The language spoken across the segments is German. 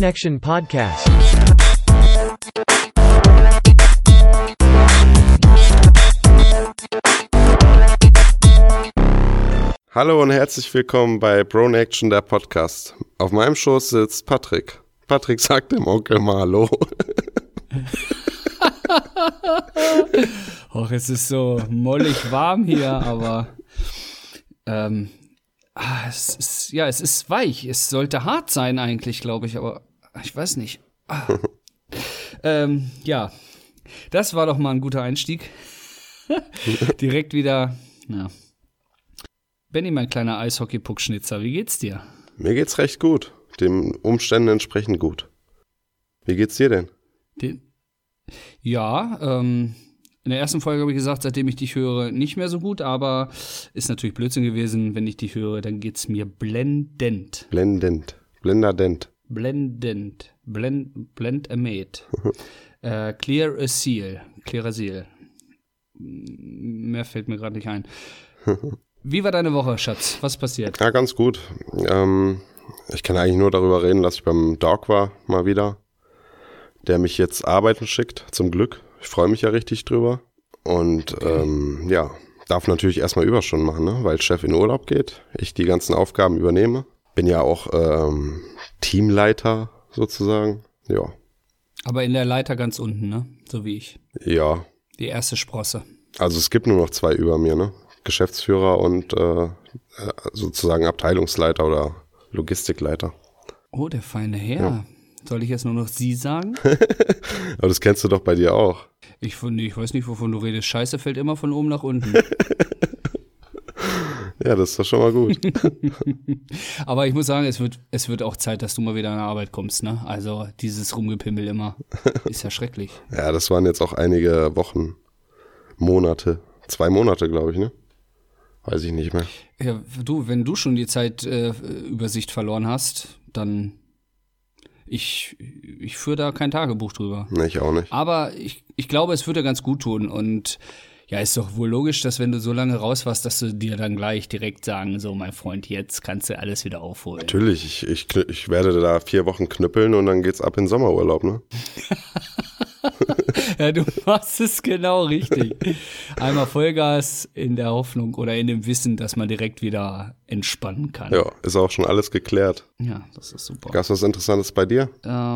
Pronection Podcast. Hallo und herzlich willkommen bei Pronection, der Podcast. Auf meinem Schoß sitzt Patrick. Patrick sagt dem Onkel mal Hallo. Och, es ist so mollig warm hier, aber es ist weich. Es sollte hart sein eigentlich, glaube ich, aber ich weiß nicht. Ja, das war doch mal ein guter Einstieg. Direkt wieder, ja. Benni, mein kleiner Eishockey-Puckschnitzer, wie geht's dir? Mir geht's recht gut, den Umständen entsprechend gut. Wie geht's dir denn? In der ersten Folge habe ich gesagt, seitdem ich dich höre, nicht mehr so gut, aber ist natürlich Blödsinn gewesen. Wenn ich dich höre, dann geht's mir blendend. Blendend. Blendadent. Blendend. Blend-a-mate. Clear a seal. Clear a seal. Mehr fällt mir gerade nicht ein. Wie war deine Woche, Schatz? Was passiert? Ja, ganz gut. Ich kann eigentlich nur darüber reden, dass ich beim Dog war, mal wieder. Der mich jetzt arbeiten schickt, zum Glück. Ich freue mich ja richtig drüber. Und Okay. darf natürlich erstmal Überstunden machen, ne? Weil Chef in Urlaub geht, ich die ganzen Aufgaben übernehme. Bin ja auch Teamleiter sozusagen. Ja. Aber in der Leiter ganz unten, ne? So wie ich. Ja. Die erste Sprosse. Also es gibt nur noch 2 über mir, ne? Geschäftsführer und sozusagen Abteilungsleiter oder Logistikleiter. Oh, der feine Herr. Ja. Soll ich jetzt nur noch Sie sagen? Aber das kennst du doch bei dir auch. Ich weiß nicht, wovon du redest. Scheiße fällt immer von oben nach unten. Ja, das ist doch schon mal gut. Aber ich muss sagen, es wird auch Zeit, dass du mal wieder an die Arbeit kommst, ne? Also dieses Rumgepimmel immer ist ja schrecklich. Ja, das waren jetzt auch einige Wochen, Monate. 2 Monate, glaube ich, ne? Weiß ich nicht mehr. Ja, wenn du schon die Zeitübersicht verloren hast, dann ich führe da kein Tagebuch drüber. Ne, ich auch nicht. Aber ich glaube, es würde ganz gut tun. Und ja, ist doch wohl logisch, dass wenn du so lange raus warst, dass du dir dann gleich direkt sagen, so mein Freund, jetzt kannst du alles wieder aufholen. Natürlich, ich werde da 4 Wochen knüppeln und dann geht's ab in Sommerurlaub, ne? Ja, du machst es genau richtig. Einmal Vollgas in der Hoffnung oder in dem Wissen, dass man direkt wieder entspannen kann. Ja, ist auch schon alles geklärt. Ja, das ist super. Gab's was Interessantes bei dir?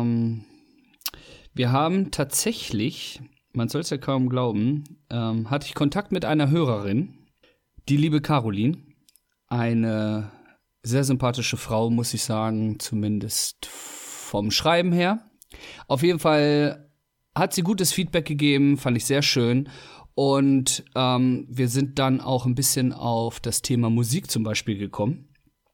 Wir haben tatsächlich, man soll es ja kaum glauben, hatte ich Kontakt mit einer Hörerin, die liebe Caroline, eine sehr sympathische Frau, muss ich sagen, zumindest vom Schreiben her. Auf jeden Fall hat sie gutes Feedback gegeben, fand ich sehr schön. Und wir sind dann auch ein bisschen auf das Thema Musik zum Beispiel gekommen.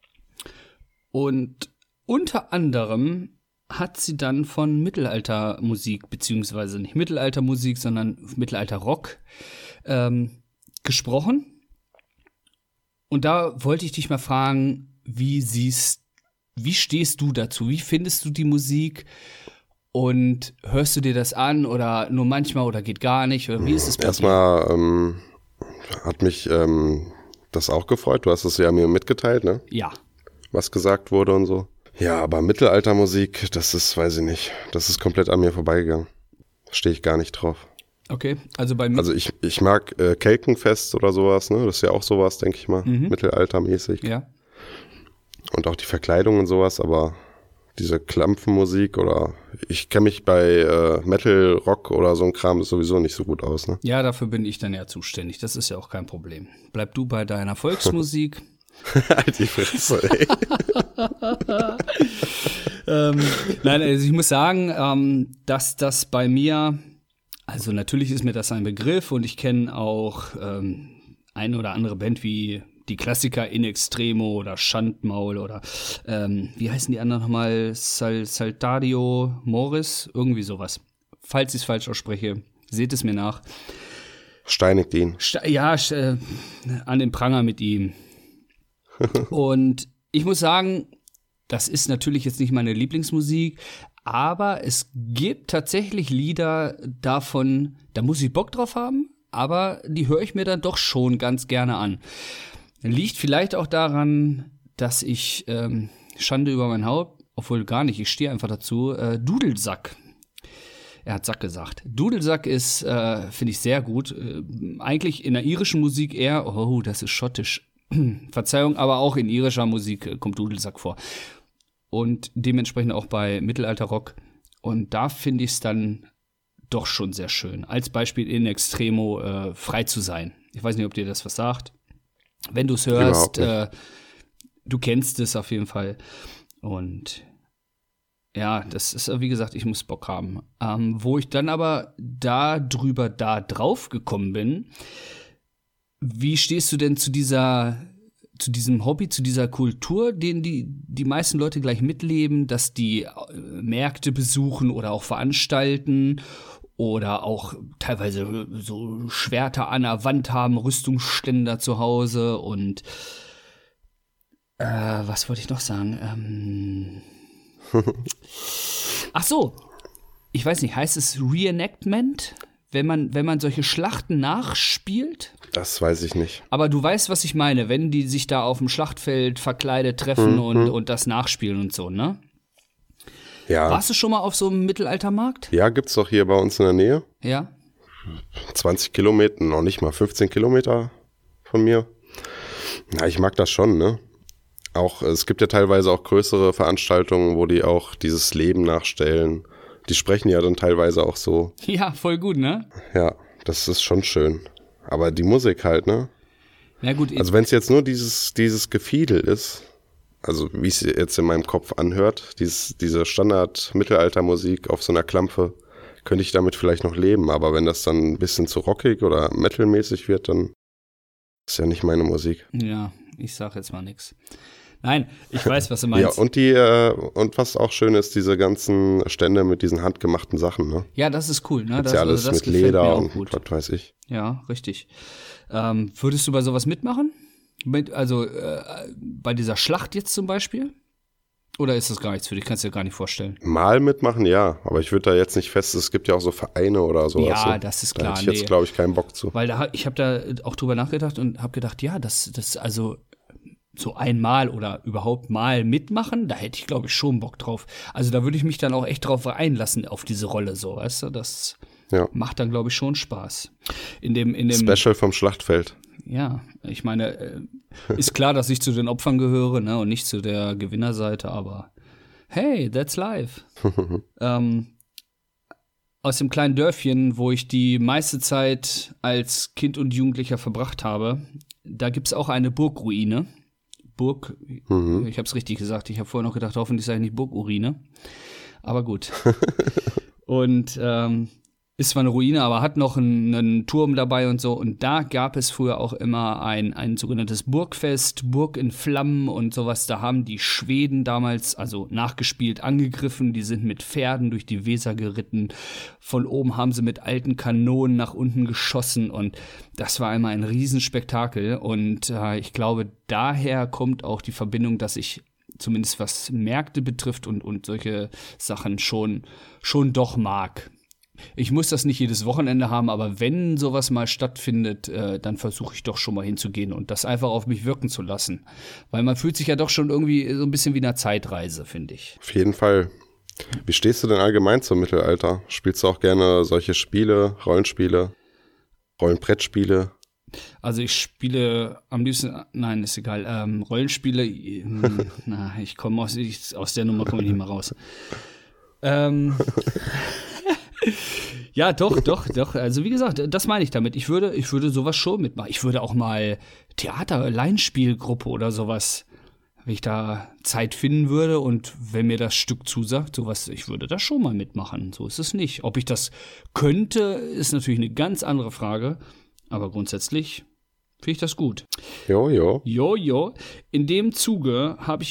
Und unter anderem hat sie dann von Mittelaltermusik, beziehungsweise nicht Mittelaltermusik, sondern Mittelalterrock gesprochen. Und da wollte ich dich mal fragen, wie stehst du dazu? Wie findest du die Musik? Und hörst du dir das an oder nur manchmal oder geht gar nicht? Oder wie ist es bei dir? Erstmal hat mich das auch gefreut. Du hast es ja mir mitgeteilt, ne? Ja. Was gesagt wurde und so. Ja, aber Mittelaltermusik, das ist, weiß ich nicht, das ist komplett an mir vorbeigegangen. Stehe ich gar nicht drauf. Okay, also bei mir. Also ich mag Kelkenfest oder sowas, ne? Das ist ja auch sowas, denke ich mal, mittelaltermäßig. Ja. Und auch die Verkleidung und sowas, aber diese Klampfenmusik oder ich kenne mich bei Metal, Rock oder so ein Kram sowieso nicht so gut aus, ne? Ja, dafür bin ich dann ja zuständig. Das ist ja auch kein Problem. Bleib du bei deiner Volksmusik. Halt die Fresse, ey. Nein, also ich muss sagen, dass das bei mir, also natürlich ist mir das ein Begriff und ich kenne auch eine oder andere Band wie die Klassiker In Extremo oder Schandmaul oder wie heißen die anderen nochmal? Saltario Morris, irgendwie sowas. Falls ich es falsch ausspreche, seht es mir nach. Steinigt ihn. An den Pranger mit ihm. Und ich muss sagen, das ist natürlich jetzt nicht meine Lieblingsmusik, aber es gibt tatsächlich Lieder davon, da muss ich Bock drauf haben, aber die höre ich mir dann doch schon ganz gerne an. Liegt vielleicht auch daran, dass ich Schande über mein Haupt, obwohl gar nicht, ich stehe einfach dazu, Dudelsack. Er hat Sack gesagt. Dudelsack ist, finde ich, sehr gut. Eigentlich in der irischen Musik eher, oh, das ist schottisch. Verzeihung, aber auch in irischer Musik kommt Dudelsack vor. Und dementsprechend auch bei Mittelalterrock. Und da finde ich es dann doch schon sehr schön. Als Beispiel in Extremo frei zu sein. Ich weiß nicht, ob dir das was sagt. Wenn du es hörst, du kennst es auf jeden Fall. Und ja, das ist, wie gesagt, ich muss Bock haben. Wo ich dann aber da drauf gekommen bin, wie stehst du denn zu diesem Hobby, zu dieser Kultur, den die meisten Leute gleich mitleben, dass die Märkte besuchen oder auch veranstalten oder auch teilweise so Schwerter an der Wand haben, Rüstungsständer zu Hause und was wollte ich noch sagen? Ach so, ich weiß nicht, heißt es Reenactment, wenn man solche Schlachten nachspielt? Das weiß ich nicht. Aber du weißt, was ich meine, wenn die sich da auf dem Schlachtfeld verkleidet treffen und das nachspielen und so, ne? Ja. Warst du schon mal auf so einem Mittelaltermarkt? Ja, gibt's doch hier bei uns in der Nähe. Ja. 20 Kilometer, noch nicht mal 15 Kilometer von mir. Na, ich mag das schon, ne? Auch, es gibt ja teilweise auch größere Veranstaltungen, wo die auch dieses Leben nachstellen. Die sprechen ja dann teilweise auch so. Ja, voll gut, ne? Ja, das ist schon schön. Aber die Musik halt, ne? Na gut. Also wenn es jetzt nur dieses Gefiedel ist, also wie es jetzt in meinem Kopf anhört, diese Standard-Mittelalter-Musik auf so einer Klampfe, könnte ich damit vielleicht noch leben. Aber wenn das dann ein bisschen zu rockig oder metalmäßig wird, dann ist ja nicht meine Musik. Ja, ich sag jetzt mal nix. Nein, ich weiß, was du meinst. Ja, und was auch schön ist, diese ganzen Stände mit diesen handgemachten Sachen, ne? Ja, das ist cool, ne? Das ja alles das mit gefällt Leder mir auch und gut. was weiß ich. Ja, richtig. Würdest du bei sowas mitmachen? Bei dieser Schlacht jetzt zum Beispiel? Oder ist das gar nichts für dich? Kannst du dir gar nicht vorstellen. Mal mitmachen, ja. Aber ich würde da jetzt nicht fest, es gibt ja auch so Vereine oder so. Ja, also, das ist klar. Da hätte ich jetzt, glaube ich, keinen Bock zu. Weil ich habe da auch drüber nachgedacht und habe gedacht, ja, das also so einmal oder überhaupt mal mitmachen, da hätte ich, glaube ich, schon Bock drauf. Also da würde ich mich dann auch echt drauf einlassen, auf diese Rolle so, weißt du? Das macht dann, glaube ich, schon Spaß. In dem Special vom Schlachtfeld. Ja, ich meine, ist klar, dass ich zu den Opfern gehöre, ne, und nicht zu der Gewinnerseite, aber hey, that's life. Aus dem kleinen Dörfchen, wo ich die meiste Zeit als Kind und Jugendlicher verbracht habe, da gibt's auch eine Burgruine. Ich habe es richtig gesagt. Ich habe vorher noch gedacht, hoffentlich sage ich nicht Burgurine. Aber gut. Und ist zwar eine Ruine, aber hat noch einen Turm dabei und so. Und da gab es früher auch immer ein sogenanntes Burgfest, Burg in Flammen und sowas. Da haben die Schweden damals, also nachgespielt, angegriffen. Die sind mit Pferden durch die Weser geritten. Von oben haben sie mit alten Kanonen nach unten geschossen. Und das war einmal ein Riesenspektakel. Und ich glaube, daher kommt auch die Verbindung, dass ich zumindest was Märkte betrifft und solche Sachen schon doch mag. Ich muss das nicht jedes Wochenende haben, aber wenn sowas mal stattfindet, dann versuche ich doch schon mal hinzugehen und das einfach auf mich wirken zu lassen. Weil man fühlt sich ja doch schon irgendwie so ein bisschen wie eine Zeitreise, finde ich. Auf jeden Fall. Wie stehst du denn allgemein zum Mittelalter? Spielst du auch gerne solche Spiele, Rollenspiele, Rollenbrettspiele? Also ich spiele am liebsten, nein, ist egal, Rollenspiele, ich komme aus der Nummer komme ich nicht mehr raus. Ja, doch. Also wie gesagt, das meine ich damit. Ich würde sowas schon mitmachen. Ich würde auch mal Theater, Laienspielgruppe oder sowas, wenn ich da Zeit finden würde und wenn mir das Stück zusagt, sowas, ich würde das schon mal mitmachen. So ist es nicht. Ob ich das könnte, ist natürlich eine ganz andere Frage. Aber grundsätzlich finde ich das gut. Jo. In dem Zuge hat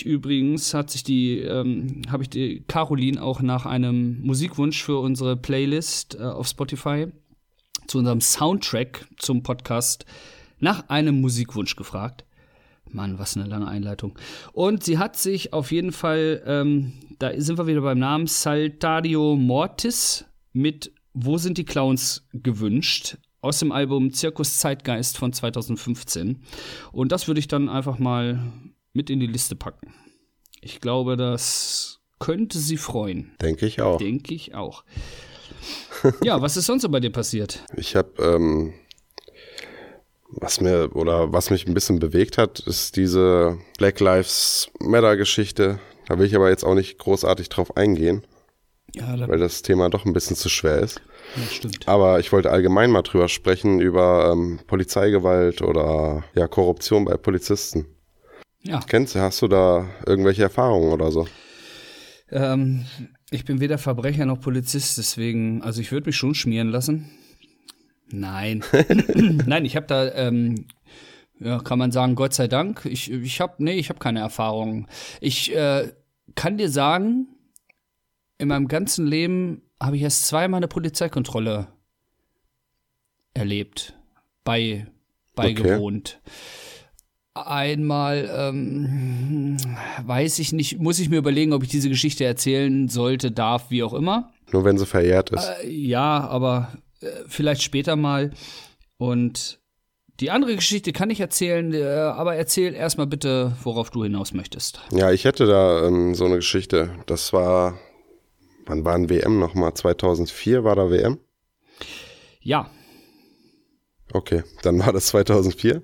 die Caroline auch nach einem Musikwunsch für unsere Playlist auf Spotify zu unserem Soundtrack zum Podcast nach einem Musikwunsch gefragt. Mann, was eine lange Einleitung. Und sie hat sich auf jeden Fall, da sind wir wieder beim Namen, Saltario Mortis mit Wo sind die Clowns gewünscht? Aus dem Album Zirkus Zeitgeist von 2015. Und das würde ich dann einfach mal mit in die Liste packen. Ich glaube, das könnte sie freuen. Denke ich auch. Denke ich auch. Ja, was ist sonst so bei dir passiert? Ich habe, was mich ein bisschen bewegt hat, ist diese Black Lives Matter Geschichte. Da will ich aber jetzt auch nicht großartig drauf eingehen, weil das Thema doch ein bisschen zu schwer ist. Ja, stimmt. Aber ich wollte allgemein mal drüber sprechen, über Polizeigewalt oder ja, Korruption bei Polizisten. Ja. Hast du da irgendwelche Erfahrungen oder so? Ich bin weder Verbrecher noch Polizist, deswegen, also ich würde mich schon schmieren lassen. Nein. Nein, ich habe da, ja, kann man sagen, Gott sei Dank. Ich habe keine Erfahrungen. Ich kann dir sagen, in meinem ganzen Leben habe ich erst zweimal eine Polizeikontrolle erlebt, beigewohnt. Okay. Einmal, weiß ich nicht, muss ich mir überlegen, ob ich diese Geschichte erzählen sollte, darf, wie auch immer. Nur wenn sie verjährt ist. Ja, aber vielleicht später mal. Und die andere Geschichte kann ich erzählen, aber erzähl erstmal bitte, worauf du hinaus möchtest. Ja, ich hätte da so eine Geschichte. Das war, wann war ein WM nochmal? 2004 war da WM? Ja. Okay, dann war das 2004.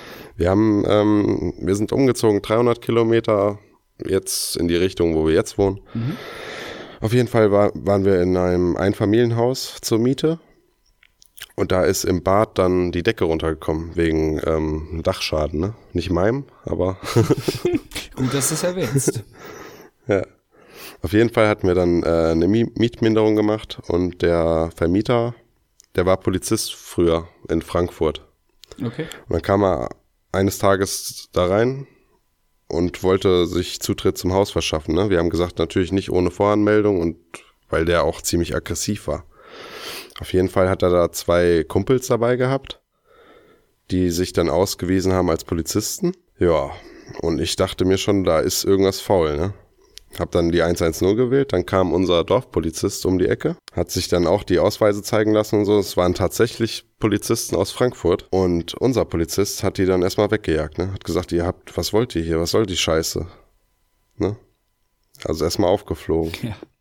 Wir sind umgezogen, 300 Kilometer jetzt in die Richtung, wo wir jetzt wohnen. Mhm. Auf jeden Fall waren wir in einem Einfamilienhaus zur Miete und da ist im Bad dann die Decke runtergekommen wegen Dachschaden, ne? Nicht meinem, aber gut, dass du es erwähnst. Ja. Auf jeden Fall hatten wir dann eine Mietminderung gemacht und der Vermieter, der war Polizist früher in Frankfurt. Okay. Und dann kam er eines Tages da rein und wollte sich Zutritt zum Haus verschaffen. Ne? Wir haben gesagt, natürlich nicht ohne Voranmeldung und weil der auch ziemlich aggressiv war. Auf jeden Fall hat er da 2 Kumpels dabei gehabt, die sich dann ausgewiesen haben als Polizisten. Ja, und ich dachte mir schon, da ist irgendwas faul, ne? Hab dann die 110 gewählt, dann kam unser Dorfpolizist um die Ecke, hat sich dann auch die Ausweise zeigen lassen und so. Es waren tatsächlich Polizisten aus Frankfurt und unser Polizist hat die dann erstmal weggejagt, ne? Hat gesagt, was wollt ihr hier, was soll die Scheiße? Ne? Also erstmal aufgeflogen.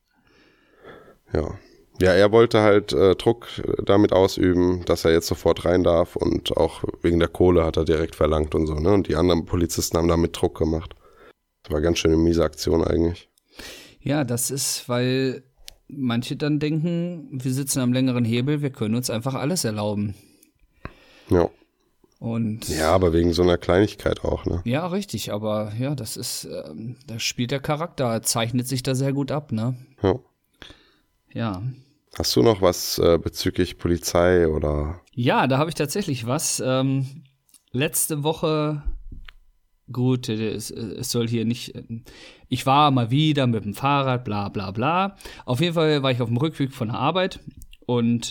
Ja, er wollte halt Druck damit ausüben, dass er jetzt sofort rein darf und auch wegen der Kohle hat er direkt verlangt und so, ne? Und die anderen Polizisten haben damit Druck gemacht. Das war ganz schön eine miese Aktion eigentlich. Ja, das ist, weil manche dann denken, wir sitzen am längeren Hebel, wir können uns einfach alles erlauben. Ja. Und ja, aber wegen so einer Kleinigkeit auch, ne? Ja, richtig, aber ja, das ist, da spielt der Charakter, zeichnet sich da sehr gut ab, ne? Ja. Ja. Hast du noch was bezüglich Polizei oder? Ja, da habe ich tatsächlich was. Letzte Woche, gut, es soll hier nicht, ich war mal wieder mit dem Fahrrad, bla bla bla. Auf jeden Fall war ich auf dem Rückweg von der Arbeit und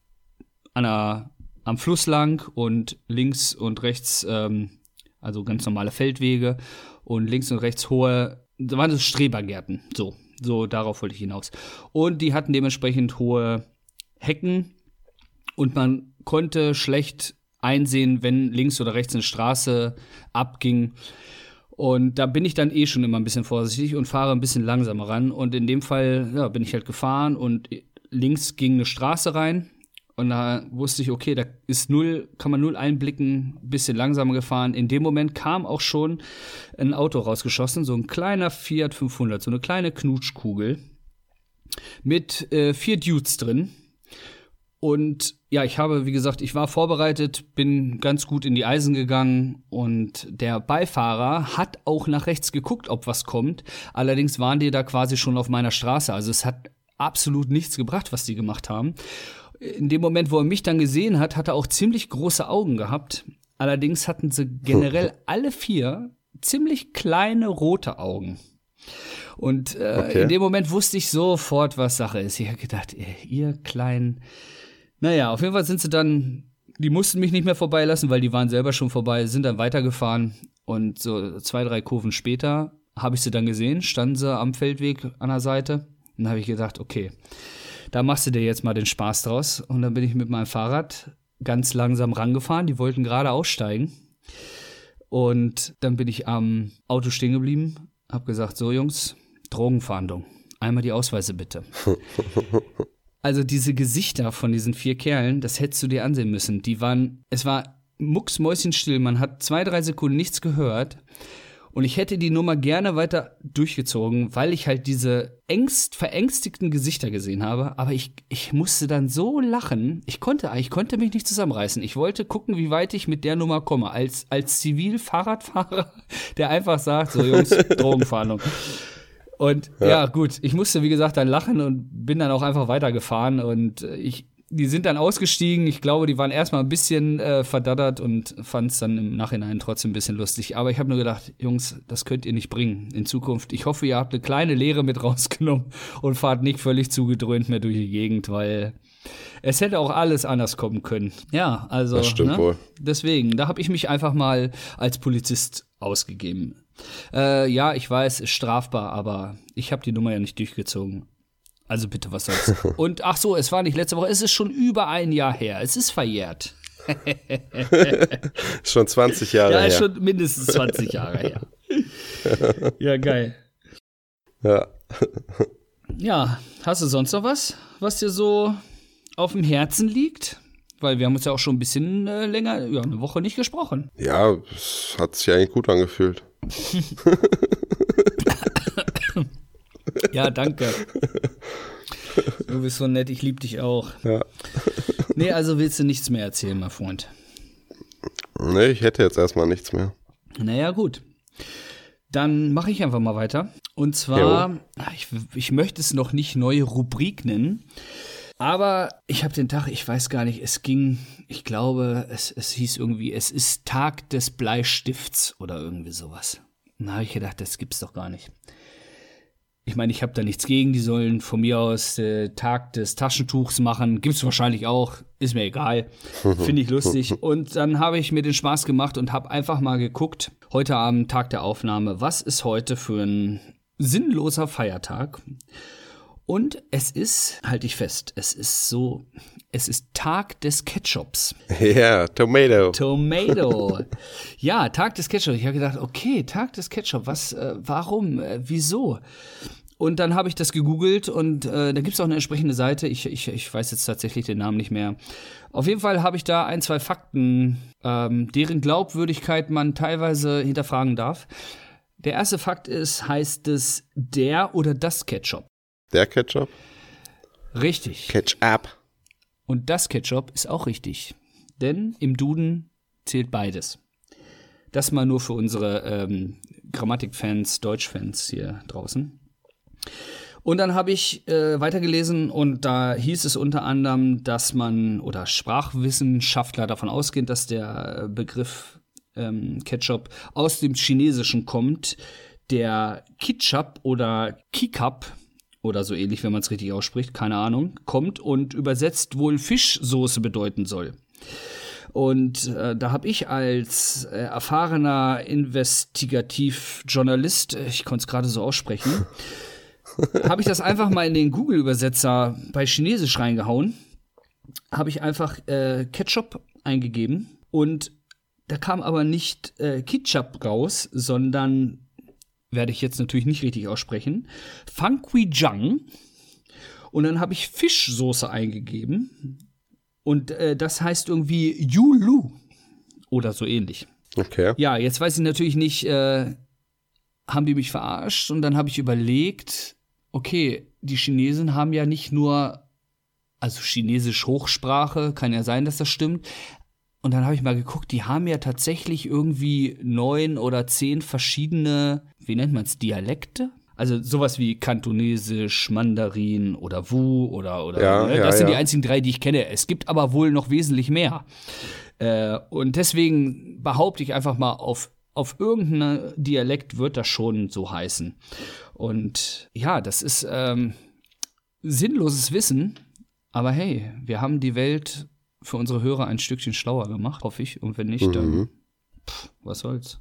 am Fluss lang und links und rechts, also ganz normale Feldwege und links und rechts da waren es Strebergärten, so darauf wollte ich hinaus. Und die hatten dementsprechend hohe Hecken und man konnte schlecht einsehen, wenn links oder rechts eine Straße abging. Und da bin ich dann schon immer ein bisschen vorsichtig und fahre ein bisschen langsamer ran. Und in dem Fall bin ich halt gefahren und links ging eine Straße rein. Und da wusste ich, okay, da kann man null einblicken, ein bisschen langsamer gefahren. In dem Moment kam auch schon ein Auto rausgeschossen, so ein kleiner Fiat 500, so eine kleine Knutschkugel mit 4 Dudes drin. Und ja, ich war vorbereitet, bin ganz gut in die Eisen gegangen und der Beifahrer hat auch nach rechts geguckt, ob was kommt. Allerdings waren die da quasi schon auf meiner Straße, also es hat absolut nichts gebracht, was die gemacht haben. In dem Moment, wo er mich dann gesehen hat, hat er auch ziemlich große Augen gehabt. Allerdings hatten sie generell alle 4 ziemlich kleine rote Augen. Und in dem Moment wusste ich sofort, was Sache ist. Ich habe gedacht, ihr kleinen. Naja, auf jeden Fall sind sie dann, die mussten mich nicht mehr vorbeilassen, weil die waren selber schon vorbei, sind dann weitergefahren. Und so 2, 3 Kurven später habe ich sie dann gesehen, standen sie am Feldweg an der Seite. Und dann habe ich gedacht, okay, da machst du dir jetzt mal den Spaß draus. Und dann bin ich mit meinem Fahrrad ganz langsam rangefahren. Die wollten gerade aussteigen. Und dann bin ich am Auto stehen geblieben, habe gesagt, so Jungs, Drogenfahndung. Einmal die Ausweise bitte. Also diese Gesichter von diesen 4 Kerlen, das hättest du dir ansehen müssen. Es war mucksmäuschenstill, man hat 2-3 Sekunden nichts gehört. Und ich hätte die Nummer gerne weiter durchgezogen, weil ich halt diese verängstigten Gesichter gesehen habe. Aber ich musste dann so lachen. Ich konnte mich nicht zusammenreißen. Ich wollte gucken, wie weit ich mit der Nummer komme. Als Zivil-Fahrradfahrer, der einfach sagt, so Jungs, Drogenfahndung. Und ja, gut, ich musste, wie gesagt, dann lachen und bin dann auch einfach weitergefahren. Und die sind dann ausgestiegen. Ich glaube, die waren erstmal ein bisschen verdattert und fanden es dann im Nachhinein trotzdem ein bisschen lustig. Aber ich habe nur gedacht, Jungs, das könnt ihr nicht bringen in Zukunft. Ich hoffe, ihr habt eine kleine Lehre mit rausgenommen und fahrt nicht völlig zugedröhnt mehr durch die Gegend, weil es hätte auch alles anders kommen können. Ja, also das stimmt wohl. Deswegen, da habe ich mich einfach mal als Polizist ausgegeben. Ja, ich weiß, ist strafbar, aber ich habe die Nummer ja nicht durchgezogen. Also bitte, was soll's. Und ach so, es war nicht letzte Woche, es ist schon über ein Jahr her. Es ist verjährt. Schon 20 Jahre her. Ja, ist schon mindestens 20 Jahre her. Ja, geil. Ja. Ja, hast du sonst noch was dir so auf dem Herzen liegt? Weil wir haben uns ja auch schon ein bisschen länger, ja, eine Woche nicht gesprochen. Ja, es hat sich eigentlich gut angefühlt. Ja, danke. Du bist so nett, ich liebe dich auch. Ja. Nee, also willst du nichts mehr erzählen, mein Freund? Nee, ich hätte jetzt erstmal nichts mehr. Naja, gut. Dann mache ich einfach mal weiter. Und zwar, ich möchte es noch nicht neue Rubrik nennen, aber ich habe den Tag, ich weiß gar nicht, ich glaube, es hieß irgendwie, es ist Tag des Bleistifts oder irgendwie sowas. Da habe ich gedacht, das gibt's doch gar nicht. Ich meine, ich habe da nichts gegen, die sollen von mir aus Tag des Taschentuchs machen. Gibt's wahrscheinlich auch, ist mir egal. Finde ich lustig. Und dann habe ich mir den Spaß gemacht und habe einfach mal geguckt, heute Abend, Tag der Aufnahme, was ist heute für ein sinnloser Feiertag? Und es ist, halte ich fest, es ist Tag des Ketchups. Ja, Tomato. Ja, Tag des Ketchups. Ich habe gedacht, okay, Tag des Ketchup, warum, wieso? Und dann habe ich das gegoogelt und da gibt es auch eine entsprechende Seite. Ich weiß jetzt tatsächlich den Namen nicht mehr. Auf jeden Fall habe ich da 1, 2 Fakten, deren Glaubwürdigkeit man teilweise hinterfragen darf. Der erste Fakt heißt es der oder das Ketchup? Der Ketchup? Richtig. Ketchup. Und das Ketchup ist auch richtig. Denn im Duden zählt beides. Das mal nur für unsere Grammatikfans, Deutschfans hier draußen. Und dann habe ich weitergelesen und da hieß es unter anderem, dass man oder Sprachwissenschaftler davon ausgehen, dass der Begriff Ketchup aus dem Chinesischen kommt, der Ketchup oder Kikap oder so ähnlich, wenn man es richtig ausspricht, keine Ahnung, kommt und übersetzt wohl Fischsoße bedeuten soll. Und da habe ich als erfahrener Investigativjournalist, ich konnte es gerade so aussprechen, habe ich das einfach mal in den Google-Übersetzer bei Chinesisch reingehauen, habe ich einfach Ketchup eingegeben und da kam aber nicht Ketchup raus, sondern werde ich jetzt natürlich nicht richtig aussprechen, Fangquijang. Und dann habe ich Fischsoße eingegeben. Und das heißt irgendwie Yulu oder so ähnlich. Okay. Ja, jetzt weiß ich natürlich nicht, haben die mich verarscht? Und dann habe ich überlegt, okay, die Chinesen haben ja nicht nur, also Chinesisch Hochsprache, kann ja sein, dass das stimmt. Und dann habe ich mal geguckt, die haben ja tatsächlich irgendwie 9 oder 10 verschiedene, wie nennt man es, Dialekte? Also sowas wie Kantonesisch, Mandarin oder Wu oder das sind die einzigen 3, die ich kenne. Es gibt aber wohl noch wesentlich mehr. Und deswegen behaupte ich einfach mal, auf irgendeinem Dialekt wird das schon so heißen. Und ja, das ist sinnloses Wissen, aber hey, wir haben die Welt für unsere Hörer ein Stückchen schlauer gemacht, hoffe ich. Und wenn nicht, dann was soll's.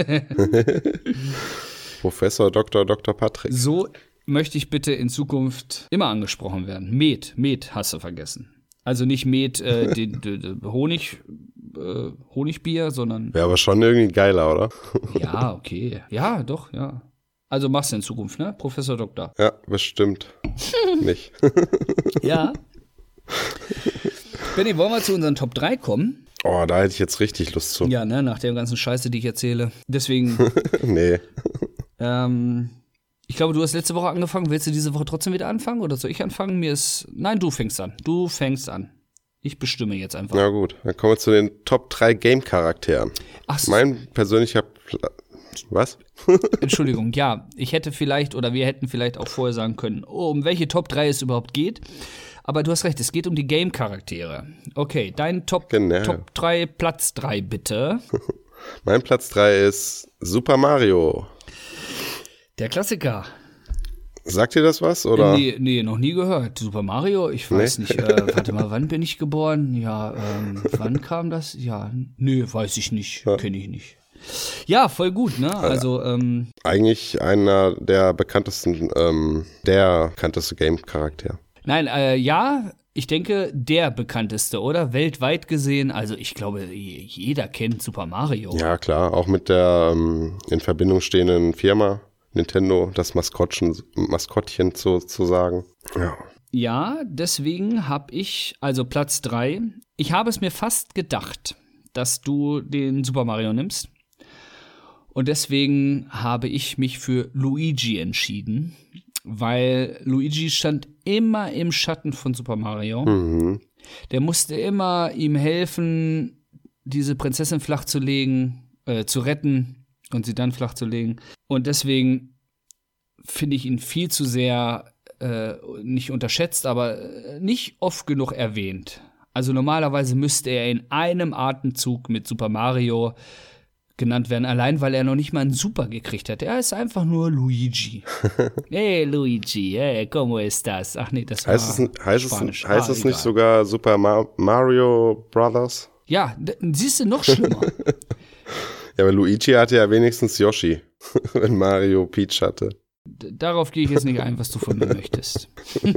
Professor Dr. Patrick. So möchte ich bitte in Zukunft immer angesprochen werden. Met hast du vergessen. Also nicht Met, Honigbier, sondern. Wäre aber schon irgendwie geiler, oder? Ja, okay. Ja, doch, ja. Also machst du in Zukunft, ne? Professor Doktor. Ja, bestimmt. Nicht. Ja. Benni, wollen wir zu unseren Top 3 kommen? Oh, da hätte ich jetzt richtig Lust zu. Ja, ne? Nach der ganzen Scheiße, die ich erzähle. Deswegen. Nee. Ich glaube, du hast letzte Woche angefangen. Willst du diese Woche trotzdem wieder anfangen? Oder soll ich anfangen? Nein, du fängst an. Du fängst an. Ich bestimme jetzt einfach. Na gut, dann kommen wir zu den Top 3 Game-Charakteren. Ach so. Mein persönlicher Was? Entschuldigung, ja, wir hätten vielleicht auch vorher sagen können, um welche Top 3 es überhaupt geht. Aber du hast recht, es geht um die Game-Charaktere. Okay, dein Top 3, Platz 3 bitte. Mein Platz 3 ist Super Mario. Der Klassiker. Sagt ihr das was, oder? Nee, noch nie gehört. Super Mario, ich weiß nicht. Warte mal, wann bin ich geboren? Ja, wann kam das? Ja, weiß ich nicht, kenne ich nicht. Ja, voll gut, ne? Also, eigentlich einer der bekantesten Game-Charakter. Nein, ja, ich denke, der bekannteste, oder? Weltweit gesehen, also ich glaube, jeder kennt Super Mario. Ja, klar, auch mit der in Verbindung stehenden Firma Nintendo, das Maskottchen sozusagen. Ja. Ja, deswegen habe ich, also Platz 3, ich habe es mir fast gedacht, dass du den Super Mario nimmst. Und deswegen habe ich mich für Luigi entschieden, weil Luigi stand immer im Schatten von Super Mario. Mhm. Der musste immer ihm helfen, diese Prinzessin flach zu legen, zu retten und sie dann flach zu legen. Und deswegen finde ich ihn viel zu sehr nicht unterschätzt, aber nicht oft genug erwähnt. Also normalerweise müsste er in einem Atemzug mit Super Mario genannt werden, allein weil er noch nicht mal einen Super gekriegt hat. Er ist einfach nur Luigi. Hey Luigi, hey, ¿cómo estás? Ach nee, das war Spanisch. Heißt es nicht sogar Super Mario Brothers? Ja, siehst du, noch schlimmer. Ja, aber Luigi hatte ja wenigstens Yoshi, wenn Mario Peach hatte. Darauf gehe ich jetzt nicht ein, was du von mir möchtest.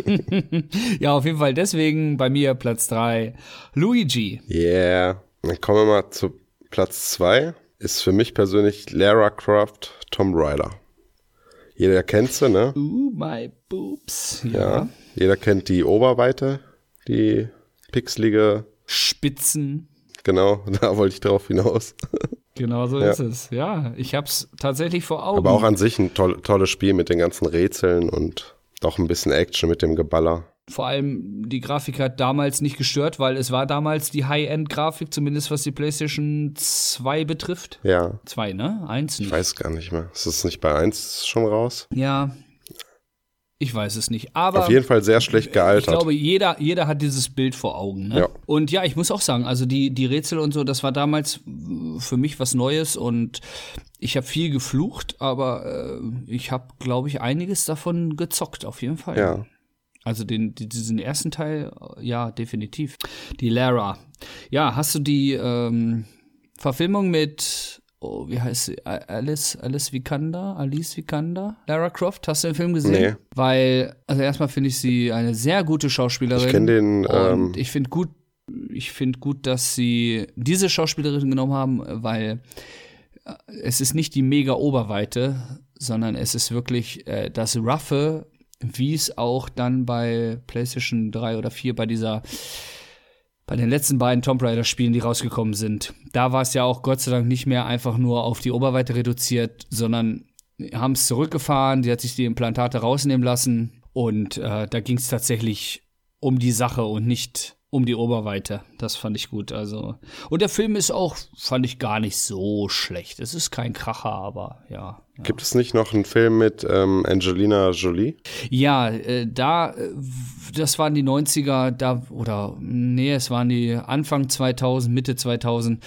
Ja, auf jeden Fall deswegen bei mir Platz 3, Luigi. Yeah. Dann kommen wir mal zu Platz 2. Ist für mich persönlich Lara Croft Tomb Raider. Jeder kennt sie, ne? My boobs. Ja. Jeder kennt die Oberweite, die pixelige Spitzen. Genau, da wollte ich drauf hinaus. Genau so ist es. Ja, ich hab's tatsächlich vor Augen. Aber auch an sich ein tolles Spiel mit den ganzen Rätseln und doch ein bisschen Action mit dem Geballer. Vor allem, die Grafik hat damals nicht gestört, weil es war damals die High-End-Grafik, zumindest was die PlayStation 2 betrifft. Ja. 2, ne? 1 nicht. Ich weiß gar nicht mehr. Ist es nicht bei 1 schon raus? Ja, ich weiß es nicht. Aber auf jeden Fall sehr schlecht gealtert. Ich glaube, jeder hat dieses Bild vor Augen. Ne? Ja. Und ja, ich muss auch sagen, also die Rätsel und so, das war damals für mich was Neues und ich habe viel geflucht, aber ich habe, glaube ich, einiges davon gezockt, auf jeden Fall. Ja. Also diesen ersten Teil, ja, definitiv. Die Lara. Ja, hast du die Verfilmung mit, wie heißt sie? Alice Vikander? Lara Croft, hast du den Film gesehen? Nee. Weil, also erstmal finde ich sie eine sehr gute Schauspielerin. Ich kenne den. Und ich finde gut, dass sie diese Schauspielerin genommen haben, weil es ist nicht die mega Oberweite, sondern es ist wirklich das Roughe, wie es auch dann bei PlayStation 3 oder 4 bei den letzten beiden Tomb Raider-Spielen, die rausgekommen sind. Da war es ja auch Gott sei Dank nicht mehr einfach nur auf die Oberweite reduziert, sondern haben es zurückgefahren, die hat sich die Implantate rausnehmen lassen und da ging es tatsächlich um die Sache und nicht um die Oberweite. Das fand ich gut. Also. Und der Film ist auch, fand ich, gar nicht so schlecht. Es ist kein Kracher, aber ja. Gibt es nicht noch einen Film mit Angelina Jolie? Ja, das waren die 90er, es waren die Anfang 2000, Mitte 2000.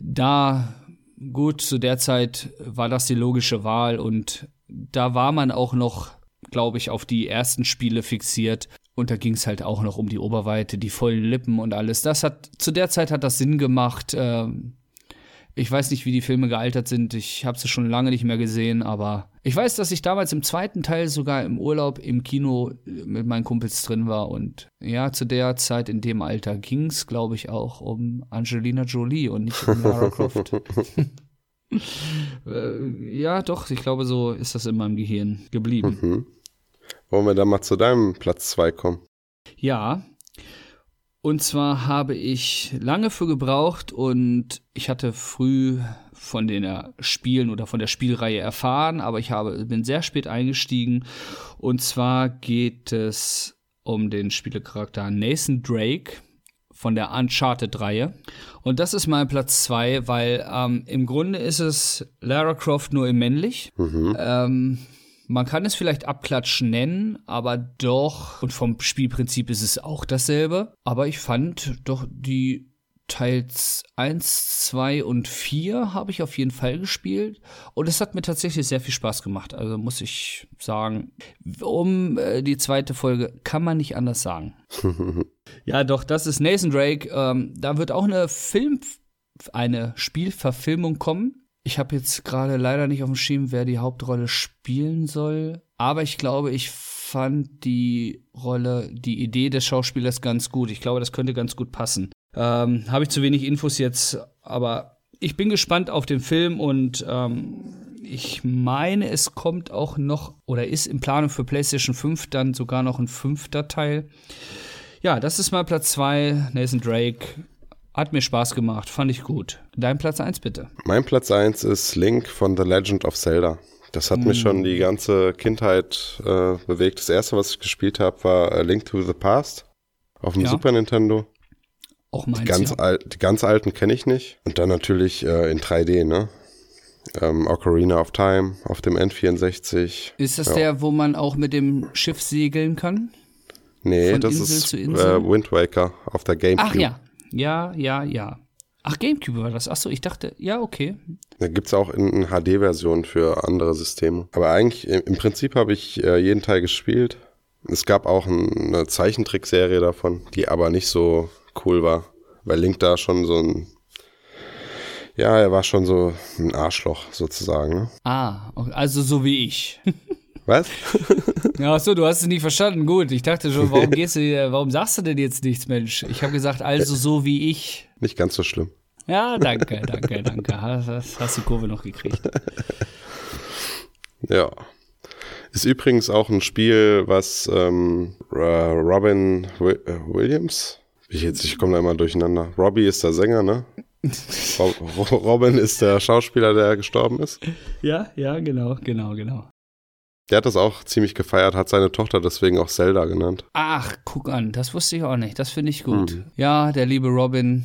Zu der Zeit war das die logische Wahl und da war man auch noch, glaube ich, auf die ersten Spiele fixiert. Und da ging es halt auch noch um die Oberweite, die vollen Lippen und alles. Zu der Zeit hat das Sinn gemacht. Ich weiß nicht, wie die Filme gealtert sind. Ich habe sie schon lange nicht mehr gesehen, aber ich weiß, dass ich damals im zweiten Teil sogar im Urlaub im Kino mit meinen Kumpels drin war. Und ja, zu der Zeit, in dem Alter, ging es, glaube ich, auch um Angelina Jolie und nicht um Lara Croft. Ja, doch, ich glaube, so ist das in meinem Gehirn geblieben. Mhm. Wollen wir dann mal zu deinem Platz 2 kommen? Ja, und zwar habe ich lange für gebraucht und ich hatte früh von den Spielen oder von der Spielreihe erfahren, aber bin sehr spät eingestiegen. Und zwar geht es um den Spielecharakter Nathan Drake von der Uncharted-Reihe. Und das ist mein Platz 2, weil im Grunde ist es Lara Croft nur in männlich. Man kann es vielleicht Abklatsch nennen, aber doch, und vom Spielprinzip ist es auch dasselbe. Aber ich fand doch die Teils 1, 2 und 4 habe ich auf jeden Fall gespielt. Und es hat mir tatsächlich sehr viel Spaß gemacht. Also muss ich sagen, die zweite Folge kann man nicht anders sagen. Ja, doch, das ist Nathan Drake. Da wird auch eine Spielverfilmung kommen. Ich habe jetzt gerade leider nicht auf dem Schirm, wer die Hauptrolle spielen soll. Aber ich glaube, ich fand die Idee des Schauspielers ganz gut. Ich glaube, das könnte ganz gut passen. Habe ich zu wenig Infos jetzt, aber ich bin gespannt auf den Film und ich meine, es kommt auch noch oder ist in Planung für PlayStation 5 dann sogar noch ein 5. Teil. Ja, das ist mal Platz 2, Nathan Drake. Hat mir Spaß gemacht, fand ich gut. Dein Platz 1 bitte. Mein Platz 1 ist Link von The Legend of Zelda. Das hat mich schon die ganze Kindheit bewegt. Das erste, was ich gespielt habe, war A Link to the Past auf dem Super Nintendo. Auch meins, die ganz alten kenne ich nicht. Und dann natürlich in 3D, ne? Ocarina of Time auf dem N64. Ist das der, wo man auch mit dem Schiff segeln kann? Nee, von das Insel ist zu Insel? Wind Waker auf der GameCube. Ach ja. Ja. Ach, GameCube war das. Achso, ich dachte, ja, okay. Da gibt es auch in HD-Version für andere Systeme. Aber eigentlich, im Prinzip habe ich jeden Teil gespielt. Es gab auch eine Zeichentrickserie davon, die aber nicht so cool war. Weil Link da schon er war schon so ein Arschloch sozusagen. Ne? Ah, also so wie ich. Was? Ja, achso, du hast es nicht verstanden. Gut, ich dachte schon, warum sagst du denn jetzt nichts, Mensch? Ich habe gesagt, also so wie ich. Nicht ganz so schlimm. Ja, danke. Hast die Kurve noch gekriegt. Ja. Ist übrigens auch ein Spiel, was Robin Williams, ich komme da immer durcheinander. Robbie ist der Sänger, ne? Robin ist der Schauspieler, der gestorben ist. Ja, genau. Der hat das auch ziemlich gefeiert, hat seine Tochter deswegen auch Zelda genannt. Ach, guck an, das wusste ich auch nicht. Das finde ich gut. Ja, der liebe Robin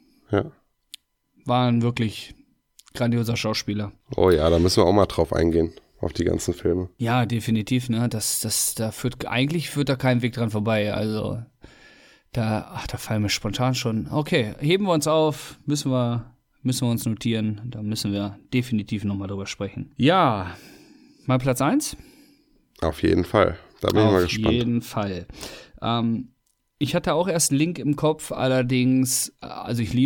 war ein wirklich grandioser Schauspieler. Oh ja, da müssen wir auch mal drauf eingehen, auf die ganzen Filme. Ja, definitiv, ne? Eigentlich führt da kein Weg dran vorbei. Also, da fallen mir spontan schon. Okay, heben wir uns auf, müssen wir uns notieren. Da müssen wir definitiv nochmal drüber sprechen. Ja, mal Platz 1? Auf jeden Fall. Da bin ich mal gespannt. Auf jeden Fall. Ich hatte auch erst Link im Kopf, allerdings, also ich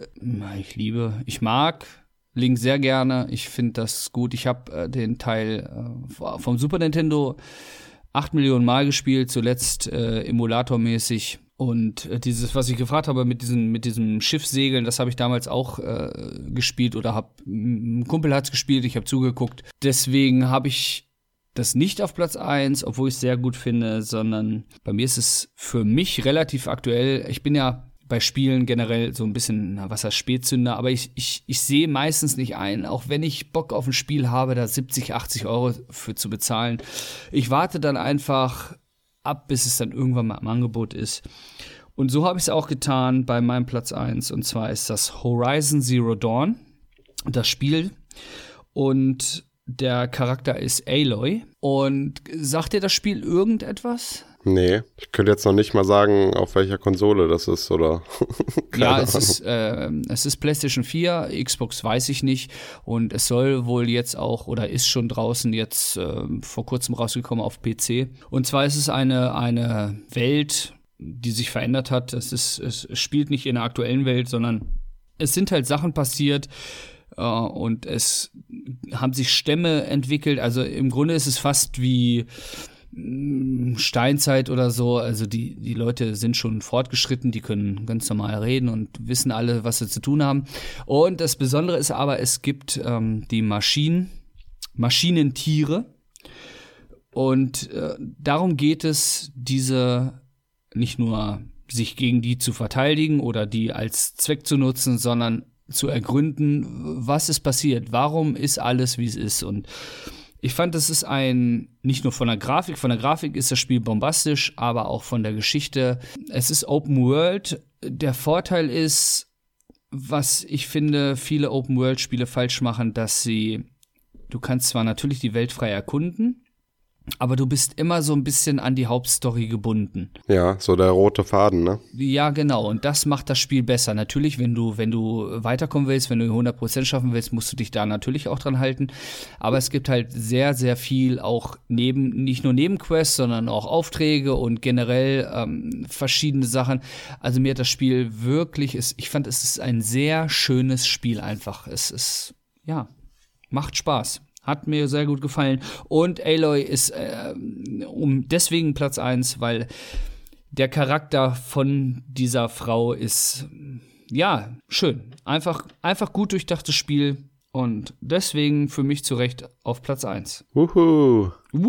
mag Link sehr gerne. Ich finde das gut. Ich habe den Teil vom Super Nintendo 8 Millionen Mal gespielt, zuletzt emulatormäßig. Und dieses, was ich gefragt habe mit diesem Schiffssegeln, das habe ich damals auch gespielt oder ein Kumpel hat's gespielt, ich habe zugeguckt. Deswegen habe ich das nicht auf Platz 1, obwohl ich es sehr gut finde, sondern bei mir ist es für mich relativ aktuell. Ich bin ja bei Spielen generell so ein bisschen, Spätzünder, aber ich sehe meistens nicht ein, auch wenn ich Bock auf ein Spiel habe, da 70, 80 Euro für zu bezahlen. Ich warte dann einfach ab, bis es dann irgendwann mal im Angebot ist. Und so habe ich es auch getan bei meinem Platz 1. Und zwar ist das Horizon Zero Dawn, das Spiel. Und der Charakter ist Aloy. Und sagt dir das Spiel irgendetwas? Nee, ich könnte jetzt noch nicht mal sagen, auf welcher Konsole das ist, oder? Ja, es ist PlayStation 4, Xbox weiß ich nicht. Und es soll wohl jetzt auch, oder ist schon draußen jetzt vor kurzem rausgekommen auf PC. Und zwar ist es eine Welt, die sich verändert hat. Es spielt nicht in der aktuellen Welt, sondern es sind halt Sachen passiert, und es haben sich Stämme entwickelt. Also im Grunde ist es fast wie Steinzeit oder so. Also die Leute sind schon fortgeschritten, die können ganz normal reden und wissen alle, was sie zu tun haben. Und das Besondere ist aber, es gibt die Maschinentiere. Und darum geht es, diese nicht nur sich gegen die zu verteidigen oder die als Zweck zu nutzen, sondern zu ergründen, was ist passiert, warum ist alles, wie es ist. Und ich fand, das ist nicht nur von der Grafik ist das Spiel bombastisch, aber auch von der Geschichte. Es ist Open World. Der Vorteil ist, was ich finde, viele Open World Spiele falsch machen, du kannst zwar natürlich die Welt frei erkunden, aber du bist immer so ein bisschen an die Hauptstory gebunden. Ja, so der rote Faden, ne? Ja, genau. Und das macht das Spiel besser. Natürlich, wenn du weiterkommen willst, wenn du 100% schaffen willst, musst du dich da natürlich auch dran halten. Aber es gibt halt sehr, sehr viel auch nicht nur Nebenquests, sondern auch Aufträge und generell verschiedene Sachen. Also mir hat das Spiel wirklich, ich fand, es ist ein sehr schönes Spiel einfach. Es ist, ja, macht Spaß. Hat mir sehr gut gefallen. Und Aloy ist deswegen Platz 1, weil der Charakter von dieser Frau ist, ja, schön. Einfach gut durchdachtes Spiel. Und deswegen für mich zu Recht auf Platz 1. Wuhu!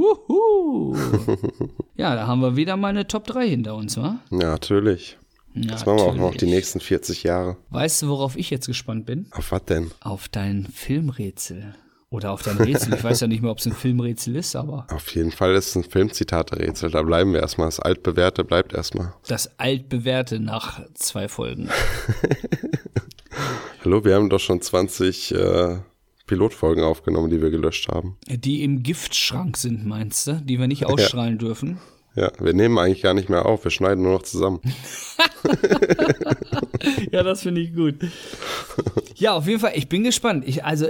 Ja, da haben wir wieder mal eine Top 3 hinter uns, wa? Ja, natürlich. Das machen wir auch noch die nächsten 40 Jahre. Weißt du, worauf ich jetzt gespannt bin? Auf was denn? Auf dein Filmrätsel. Oder auf dein Rätsel. Ich weiß ja nicht mehr, ob es ein Filmrätsel ist, aber. Auf jeden Fall ist es ein Filmzitate-Rätsel. Da bleiben wir erstmal. Das Altbewährte bleibt erstmal. Das Altbewährte nach 2 Folgen. Hallo, wir haben doch schon 20 Pilotfolgen aufgenommen, die wir gelöscht haben. Die im Giftschrank sind, meinst du? Die wir nicht ausstrahlen dürfen? Ja, wir nehmen eigentlich gar nicht mehr auf. Wir schneiden nur noch zusammen. Ja, das finde ich gut. Ja, auf jeden Fall. Ich bin gespannt.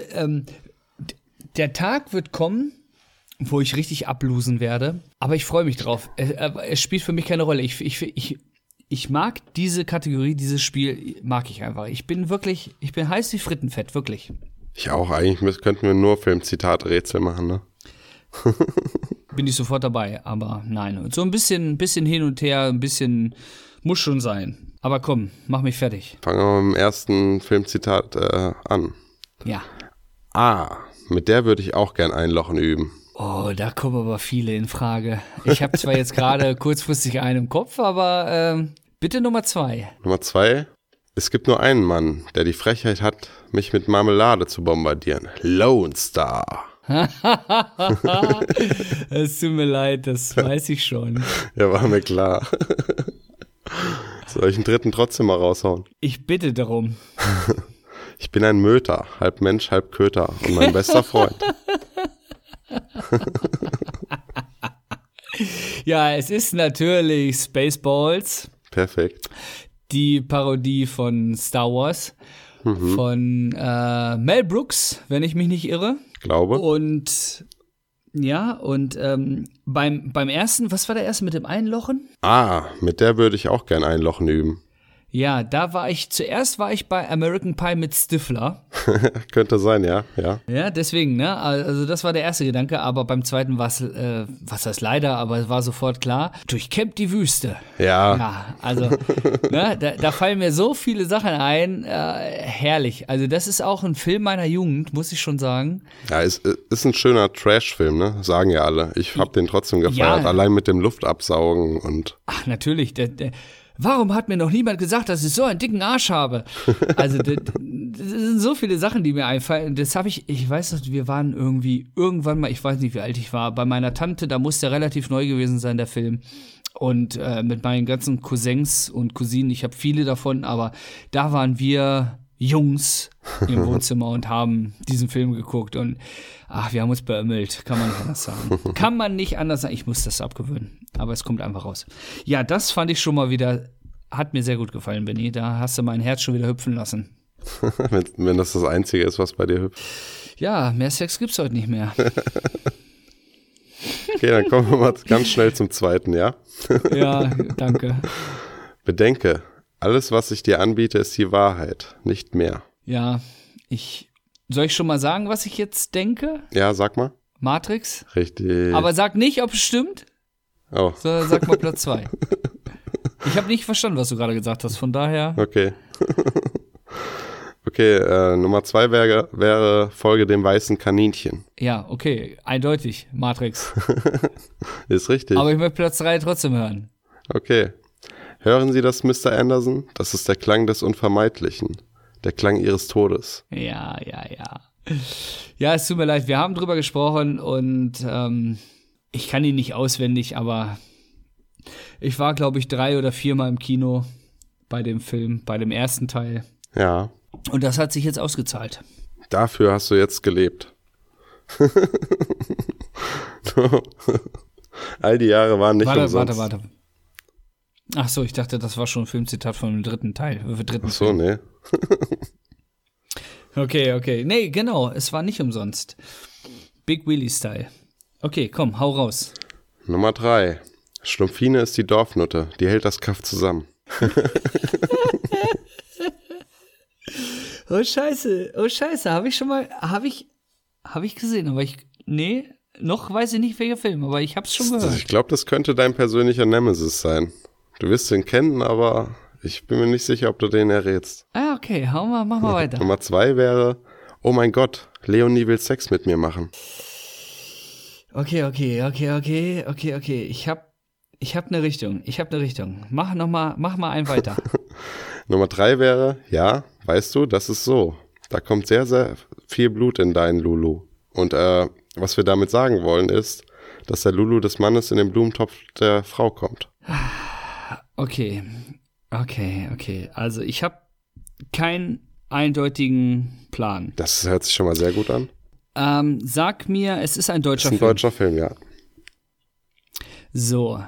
Der Tag wird kommen, wo ich richtig ablosen werde, aber ich freue mich drauf. Es spielt für mich keine Rolle. Ich mag diese Kategorie, dieses Spiel mag ich einfach. Ich bin heiß wie Frittenfett, wirklich. Ich auch. Eigentlich könnten wir nur Filmzitate-Rätsel machen, ne? Bin ich sofort dabei, aber nein. So ein bisschen hin und her, ein bisschen muss schon sein. Aber komm, mach mich fertig. Fangen wir mit dem ersten Filmzitat an. Ja. Mit der würde ich auch gern einlochen üben. Oh, da kommen aber viele in Frage. Ich habe zwar jetzt gerade kurzfristig einen im Kopf, aber bitte Nummer 2. Nummer 2. Es gibt nur einen Mann, der die Frechheit hat, mich mit Marmelade zu bombardieren. Lone Star. Es tut mir leid, das weiß ich schon. Ja, war mir klar. Soll ich einen dritten trotzdem mal raushauen? Ich bitte darum. Ich bin ein Möter, halb Mensch, halb Köter und mein bester Freund. Ja, es ist natürlich Spaceballs. Perfekt. Die Parodie von Star Wars. Von Mel Brooks, wenn ich mich nicht irre. Glaube. Und ja, und beim ersten, was war der erste mit dem Einlochen? Mit der würde ich auch gern einlochen üben. Ja, zuerst war ich bei American Pie mit Stifler. Könnte sein, ja. Ja, deswegen, ne, also das war der erste Gedanke, aber beim zweiten war es, was heißt leider, aber es war sofort klar, durchkämmt die Wüste. Ja, also, ne, da fallen mir so viele Sachen ein, herrlich. Also das ist auch ein Film meiner Jugend, muss ich schon sagen. Ja, ist ein schöner Trash-Film, ne, sagen ja alle. Ich hab den trotzdem gefeiert, allein mit dem Luftabsaugen und... Ach, natürlich, warum hat mir noch niemand gesagt, dass ich so einen dicken Arsch habe? Also, das sind so viele Sachen, die mir einfallen. Das habe ich weiß nicht, wir waren irgendwann mal, ich weiß nicht, wie alt ich war, bei meiner Tante, da muss der relativ neu gewesen sein, der Film. Und mit meinen ganzen Cousins und Cousinen, ich habe viele davon, aber da waren wir Jungs im Wohnzimmer und haben diesen Film geguckt und wir haben uns beömmelt, kann man nicht anders sagen. Kann man nicht anders sagen, ich muss das abgewöhnen, aber es kommt einfach raus. Ja, das fand ich schon mal wieder, hat mir sehr gut gefallen, Benni, da hast du mein Herz schon wieder hüpfen lassen. Wenn das Einzige ist, was bei dir hüpft. Ja, mehr Sex gibt's heute nicht mehr. Okay, dann kommen wir mal ganz schnell zum zweiten, ja? Ja, danke. Bedenke, alles, was ich dir anbiete, ist die Wahrheit, nicht mehr. Ja, soll ich schon mal sagen, was ich jetzt denke? Ja, sag mal. Matrix? Richtig. Aber sag nicht, ob es stimmt. Oh. So, sag mal Platz 2. Ich habe nicht verstanden, was du gerade gesagt hast, von daher. Okay. Okay, Nummer 2 wäre Folge dem weißen Kaninchen. Ja, okay, eindeutig, Matrix. Ist richtig. Aber ich möchte Platz 3 trotzdem hören. Okay. Hören Sie das, Mr. Anderson? Das ist der Klang des Unvermeidlichen. Der Klang Ihres Todes. Ja. Ja, es tut mir leid, wir haben drüber gesprochen und ich kann ihn nicht auswendig, aber ich war, glaube ich, 3 oder 4 Mal im Kino bei dem Film, bei dem ersten Teil. Ja. Und das hat sich jetzt ausgezahlt. Dafür hast du jetzt gelebt. All die Jahre waren nicht umsonst. Warte. Ach so, ich dachte, das war schon ein Filmzitat von dem dritten Teil. Ach so, nee. Okay. Nee, genau, es war nicht umsonst. Big Willy-Style. Okay, komm, hau raus. Nummer 3. Schlumpfine ist die Dorfnutte. Die hält das Kaff zusammen. Oh Scheiße, habe ich gesehen, aber noch weiß ich nicht, welcher Film, aber ich hab's schon gehört. Ich glaube, das könnte dein persönlicher Nemesis sein. Du wirst ihn kennen, aber ich bin mir nicht sicher, ob du den errätst. Ah, okay, mach mal weiter. Nummer 2 wäre, oh mein Gott, Leonie will Sex mit mir machen. Okay. Ich hab eine Richtung. Mach mal einen weiter. Nummer 3 wäre, ja, weißt du, das ist so. Da kommt sehr, sehr viel Blut in deinen Lulu. Und was wir damit sagen wollen ist, dass der Lulu des Mannes in den Blumentopf der Frau kommt. Okay. Also ich habe keinen eindeutigen Plan. Das hört sich schon mal sehr gut an. Sag mir, es ist ein deutscher Film. Das ist ein deutscher Film, ja. So.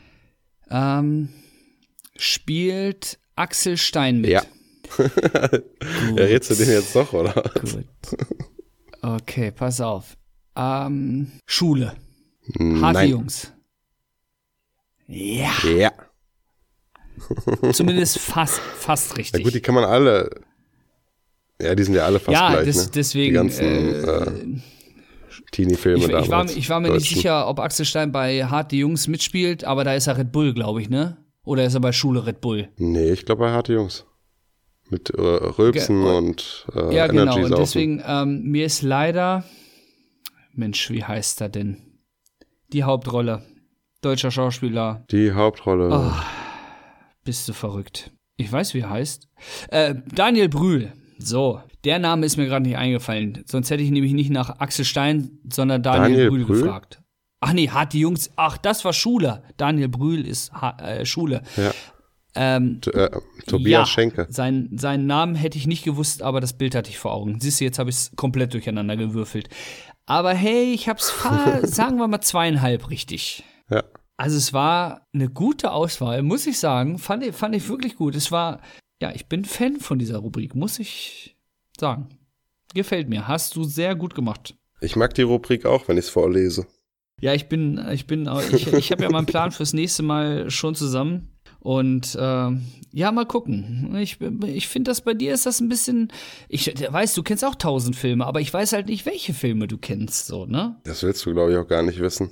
Spielt Axel Stein mit? Ja. Errätst du den jetzt doch, oder? Gut. Okay, pass auf. Schule. Harte Nein. Jungs. Ja. Ja. Zumindest fast richtig. Na gut, die kann man alle. Ja, die sind ja alle fast gleich, ne? Deswegen. Die ganzen Teenie-Filme damals. Ich war mir nicht sicher, ob Axel Stein bei Harte Jungs mitspielt, aber da ist er Red Bull, glaube ich, ne? Oder ist er bei Schule Red Bull? Nee, ich glaube bei Harte Jungs. Mit Rülpsen und ja, genau. Energy Und deswegen, mir ist leider, Mensch, wie heißt er denn? Die Hauptrolle. Deutscher Schauspieler. Die Hauptrolle. Oh, bist du verrückt. Ich weiß, wie er heißt. Daniel Brühl. So, der Name ist mir gerade nicht eingefallen. Sonst hätte ich nämlich nicht nach Axel Stein, sondern Daniel Brühl gefragt. Ach nee, Harte Jungs. Ach, das war Schule. Daniel Brühl ist Schule. Ja. Tobias Schenke. Seinen Namen hätte ich nicht gewusst, aber das Bild hatte ich vor Augen. Siehst du, jetzt habe ich es komplett durcheinander gewürfelt. Aber hey, ich hab's sagen wir mal 2,5 richtig. Ja. Also es war eine gute Auswahl, muss ich sagen. Fand ich wirklich gut. Es war, ja, ich bin Fan von dieser Rubrik, muss ich sagen. Gefällt mir. Hast du sehr gut gemacht. Ich mag die Rubrik auch, wenn ich es vorlese. Ja, ich habe ja meinen Plan fürs nächste Mal schon zusammen. Und ja, mal gucken. Ich finde, das bei dir ist das ein bisschen. Ich weiß, du kennst auch 1000 Filme, aber ich weiß halt nicht, welche Filme du kennst, so, ne? Das willst du, glaube ich, auch gar nicht wissen.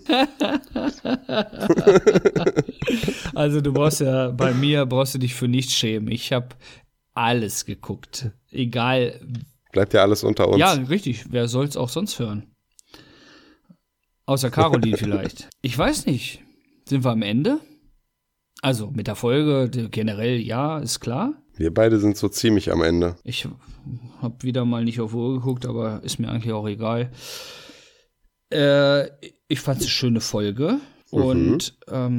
Also bei mir brauchst du dich für nichts schämen. Ich habe alles geguckt. Egal. Bleibt ja alles unter uns. Ja, richtig. Wer soll's auch sonst hören? Außer Caroline vielleicht. Ich weiß nicht. Sind wir am Ende? Also mit der Folge generell, ja, ist klar. Wir beide sind so ziemlich am Ende. Ich habe wieder mal nicht auf Uhr geguckt, aber ist mir eigentlich auch egal. Ich fand es eine schöne Folge. Und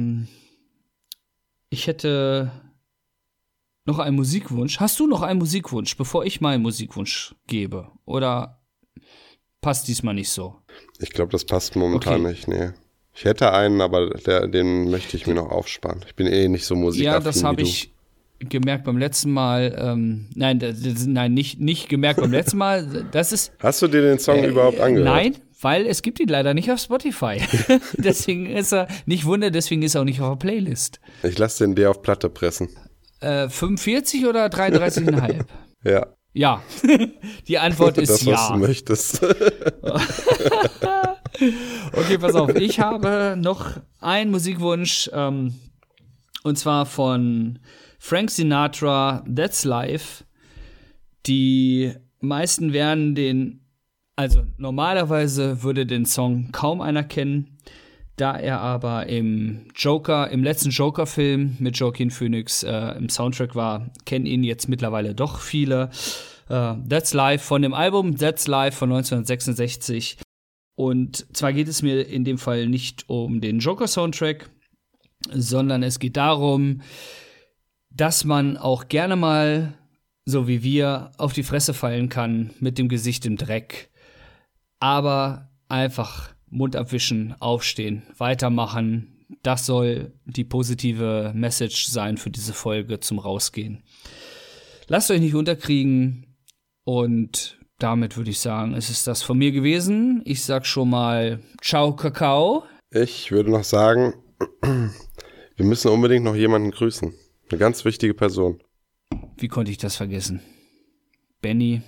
ich hätte noch einen Musikwunsch. Hast du noch einen Musikwunsch, bevor ich meinen Musikwunsch gebe? Oder passt diesmal nicht so? Ich glaube, das passt momentan nicht, nee. Ich hätte einen, aber den möchte ich mir noch aufsparen. Ich bin eh nicht so musikaffin. Ja, das habe ich gemerkt beim letzten Mal. Nein, nicht gemerkt beim letzten Mal. Das ist. Hast du dir den Song überhaupt angehört? Nein, weil es gibt ihn leider nicht auf Spotify. Deswegen ist er, nicht wunder, deswegen ist er auch nicht auf der Playlist. Ich lasse den dir auf Platte pressen. 45 oder 33,5? Ja. Ja, die Antwort ist das, ja. Das, was du möchtest. Okay, pass auf. Ich habe noch einen Musikwunsch, und zwar von Frank Sinatra, That's Life. Die meisten werden also normalerweise würde den Song kaum einer kennen, da er aber im letzten Joker-Film mit Joaquin Phoenix im Soundtrack war, kennen ihn jetzt mittlerweile doch viele. That's Life von dem Album That's Life von 1966. Und zwar geht es mir in dem Fall nicht um den Joker-Soundtrack, sondern es geht darum, dass man auch gerne mal, so wie wir, auf die Fresse fallen kann mit dem Gesicht im Dreck. Aber einfach Mund abwischen, aufstehen, weitermachen. Das soll die positive Message sein für diese Folge zum Rausgehen. Lasst euch nicht unterkriegen und damit würde ich sagen, es ist das von mir gewesen. Ich sag schon mal Ciao, Kakao. Ich würde noch sagen, wir müssen unbedingt noch jemanden grüßen. Eine ganz wichtige Person. Wie konnte ich das vergessen? Benny.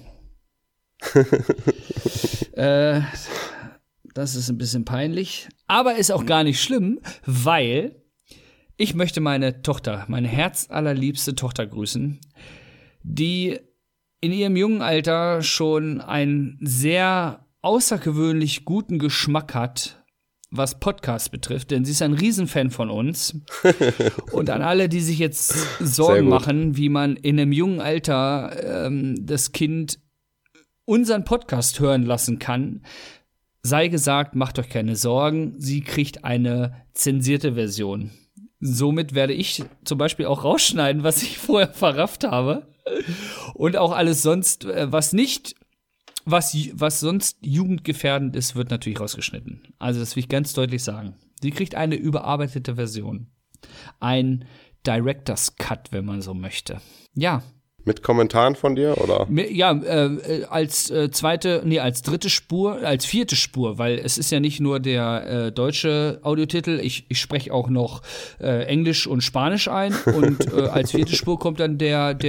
Das ist ein bisschen peinlich. Aber ist auch gar nicht schlimm, weil ich möchte meine Tochter, meine herzallerliebste Tochter grüßen, die in ihrem jungen Alter schon einen sehr außergewöhnlich guten Geschmack hat, was Podcasts betrifft, denn sie ist ein Riesenfan von uns. Und an alle, die sich jetzt Sorgen machen, wie man in einem jungen Alter das Kind unseren Podcast hören lassen kann, sei gesagt, macht euch keine Sorgen, sie kriegt eine zensierte Version. Somit werde ich zum Beispiel auch rausschneiden, was ich vorher verrafft habe. Und auch alles sonst, was sonst jugendgefährdend ist, wird natürlich rausgeschnitten. Also das will ich ganz deutlich sagen. Sie kriegt eine überarbeitete Version. Ein Director's Cut, wenn man so möchte. Ja. Mit Kommentaren von dir, oder? Ja, als dritte Spur, als vierte Spur, weil es ist ja nicht nur der deutsche Audiotitel, ich spreche auch noch Englisch und Spanisch ein und als vierte Spur kommt dann der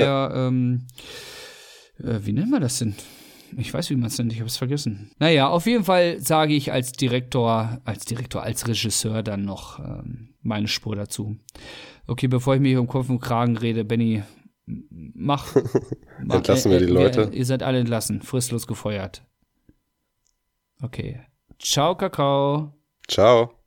wie nennt man das denn? Ich weiß, wie man es nennt, ich habe es vergessen. Naja, auf jeden Fall sage ich als Regisseur dann noch meine Spur dazu. Okay, bevor ich mich um Kopf und Kragen rede, Benny, mach entlassen wir die Leute. Ihr seid alle entlassen, fristlos gefeuert. Okay. Ciao, Kakao. Ciao.